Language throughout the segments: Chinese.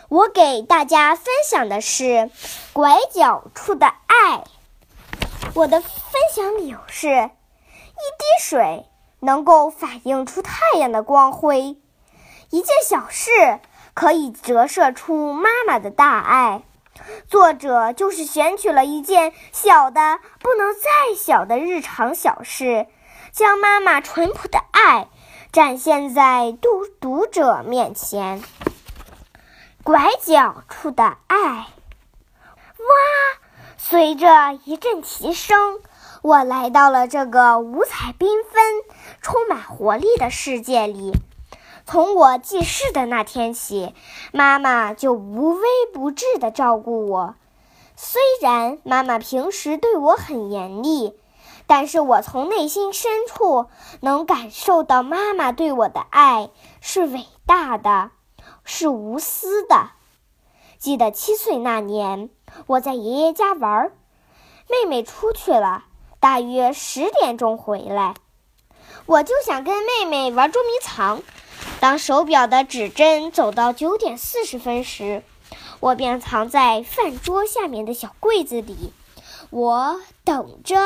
我给大家分享的是拐角处的爱。我的分享理由是，一滴水能够反映出太阳的光辉，一件小事可以折射出妈妈的大爱。作者就是选取了一件小的不能再小的日常小事，将妈妈淳朴的爱展现在读者面前。拐角处的爱。哇！随着一阵齐声，我来到了这个五彩缤纷、充满活力的世界里。从我记事的那天起，妈妈就无微不至地照顾我。虽然妈妈平时对我很严厉，但是我从内心深处能感受到妈妈对我的爱是伟大的，是无私的。记得7岁那年，我在爷爷家玩，妹妹出去了，大约10点钟回来。我就想跟妹妹玩捉迷藏。当手表的指针走到9点40分时，我便藏在饭桌下面的小柜子里。我等着，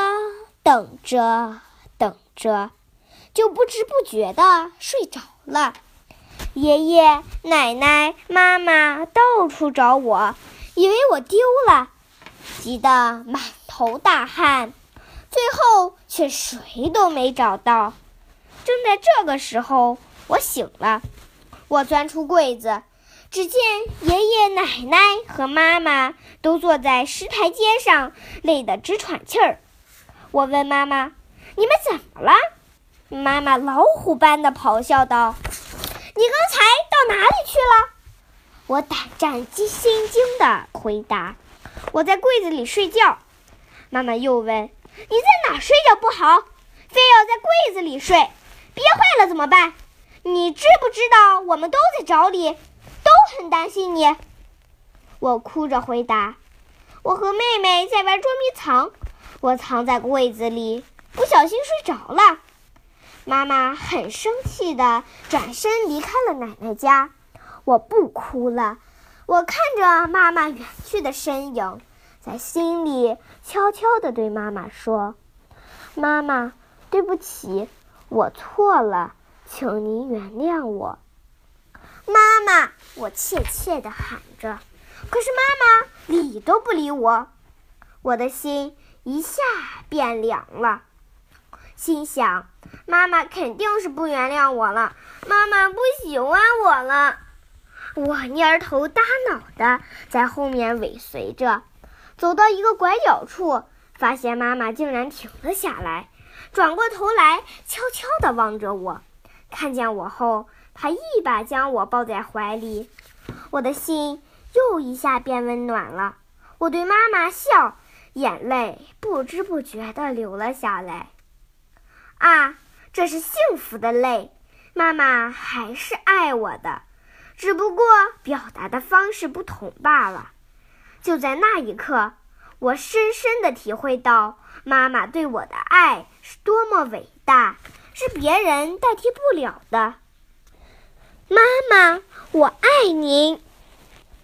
就不知不觉地睡着了。爷爷、奶奶、妈妈到处找我，以为我丢了，急得满头大汗，最后却谁都没找到。正在这个时候，我醒了。我钻出柜子，只见爷爷、奶奶和妈妈都坐在石台阶上，累得直喘气儿。我问妈妈：“你们怎么了？”妈妈老虎般的咆哮道：“你刚才到哪里去了？”我胆战心惊地回答：“我在柜子里睡觉。”妈妈又问：“你在哪睡觉不好，非要在柜子里睡？憋坏了怎么办？你知不知道我们都在找你，都很担心你？”我哭着回答：“我和妹妹在玩捉迷藏，我藏在柜子里，不小心睡着了。”妈妈很生气地转身离开了奶奶家。我不哭了，我看着妈妈远去的身影，在心里悄悄地对妈妈说：“妈妈，对不起，我错了，请您原谅我。”妈妈，我怯怯地喊着，可是妈妈理都不理我。我的心一下变凉了，心想妈妈肯定是不原谅我了，妈妈不喜欢我了。我蔫头耷脑的在后面尾随着，走到一个拐角处，发现妈妈竟然停了下来，转过头来悄悄地望着我。看见我后，她一把将我抱在怀里，我的心又一下变温暖了。我对妈妈笑，眼泪不知不觉地流了下来。啊，这是幸福的泪，妈妈还是爱我的，只不过表达的方式不同罢了。就在那一刻，我深深地体会到妈妈对我的爱是多么伟大，是别人代替不了的。妈妈，我爱您。